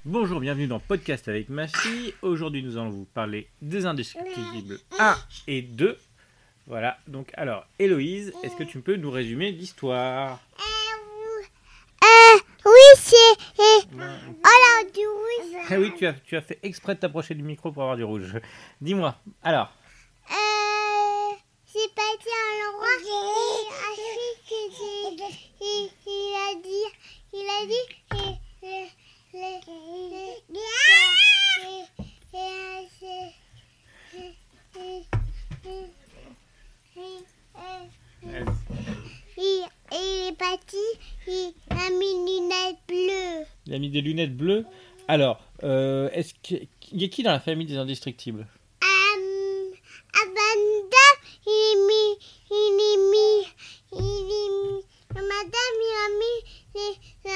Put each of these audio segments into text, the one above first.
Bonjour, bienvenue dans Podcast avec ma fille. Aujourd'hui, nous allons vous parler des Indestructibles 1 et 2. Voilà, donc alors, Héloïse, est-ce que tu peux nous résumer l'histoire? Oui, c'est... alors, du rouge. Ah oui, tu as fait exprès de t'approcher du micro pour avoir du rouge. Dis-moi, alors. C'est parti à l'endroit et ensuite il a dit il est parti, il a mis une lunette bleue. Il a mis des lunettes bleues. Alors, est-ce qu'il y a qui dans la famille des Indestructibles? Madame, il a mis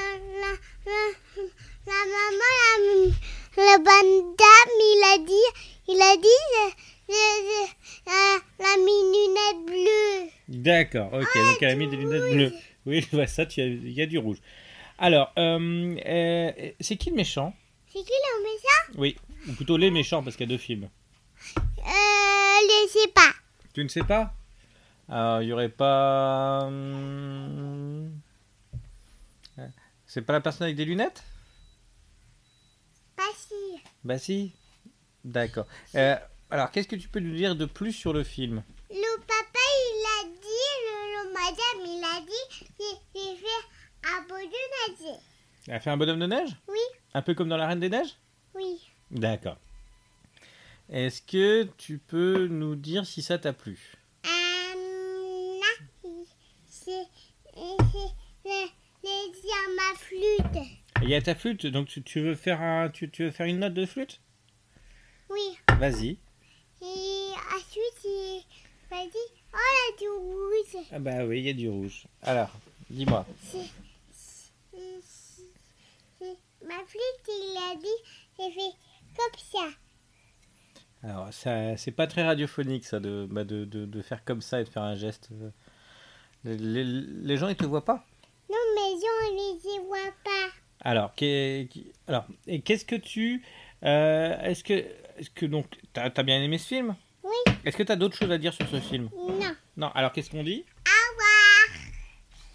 la maman, la bandame, il a dit la lunette bleue. D'accord, ok, donc elle a mis des lunettes bleues. Oui, je vois ça, il y a du rouge. Alors, c'est qui le méchant? C'est qui le méchant? Oui, ou plutôt les méchants, parce qu'il y a deux films. Je sais pas. Tu ne sais pas? Alors, il n'y aurait pas... C'est pas la personne avec des lunettes? Pas si. Bah si. D'accord. Alors, qu'est-ce que tu peux nous dire de plus sur le film? Le papa, il a dit, le madame, il a dit, il fait un bonhomme de neige. Elle a fait un bonhomme de neige? Oui. Un peu comme dans La Reine des Neiges? Oui. D'accord. Est-ce que tu peux nous dire si ça t'a plu? C'est ma flûte. Il y a ta flûte, donc tu veux faire tu veux faire une note de flûte? Oui. Vas-y. Et ensuite, il m'a dit, oh, il y a du rouge. Ah bah oui, il y a du rouge. Alors, dis-moi. Ma flûte, il a dit, j'ai fait comme ça. Alors, ça, c'est pas très radiophonique, ça, de faire comme ça et de faire un geste. Les gens, ils te voient pas? Non, mais on ne les voit pas. Alors, et qu'est-ce que tu... est-ce que donc, t'as bien aimé ce film? Oui. Est-ce que t'as d'autres choses à dire sur ce film? Non. Non, alors qu'est-ce qu'on dit?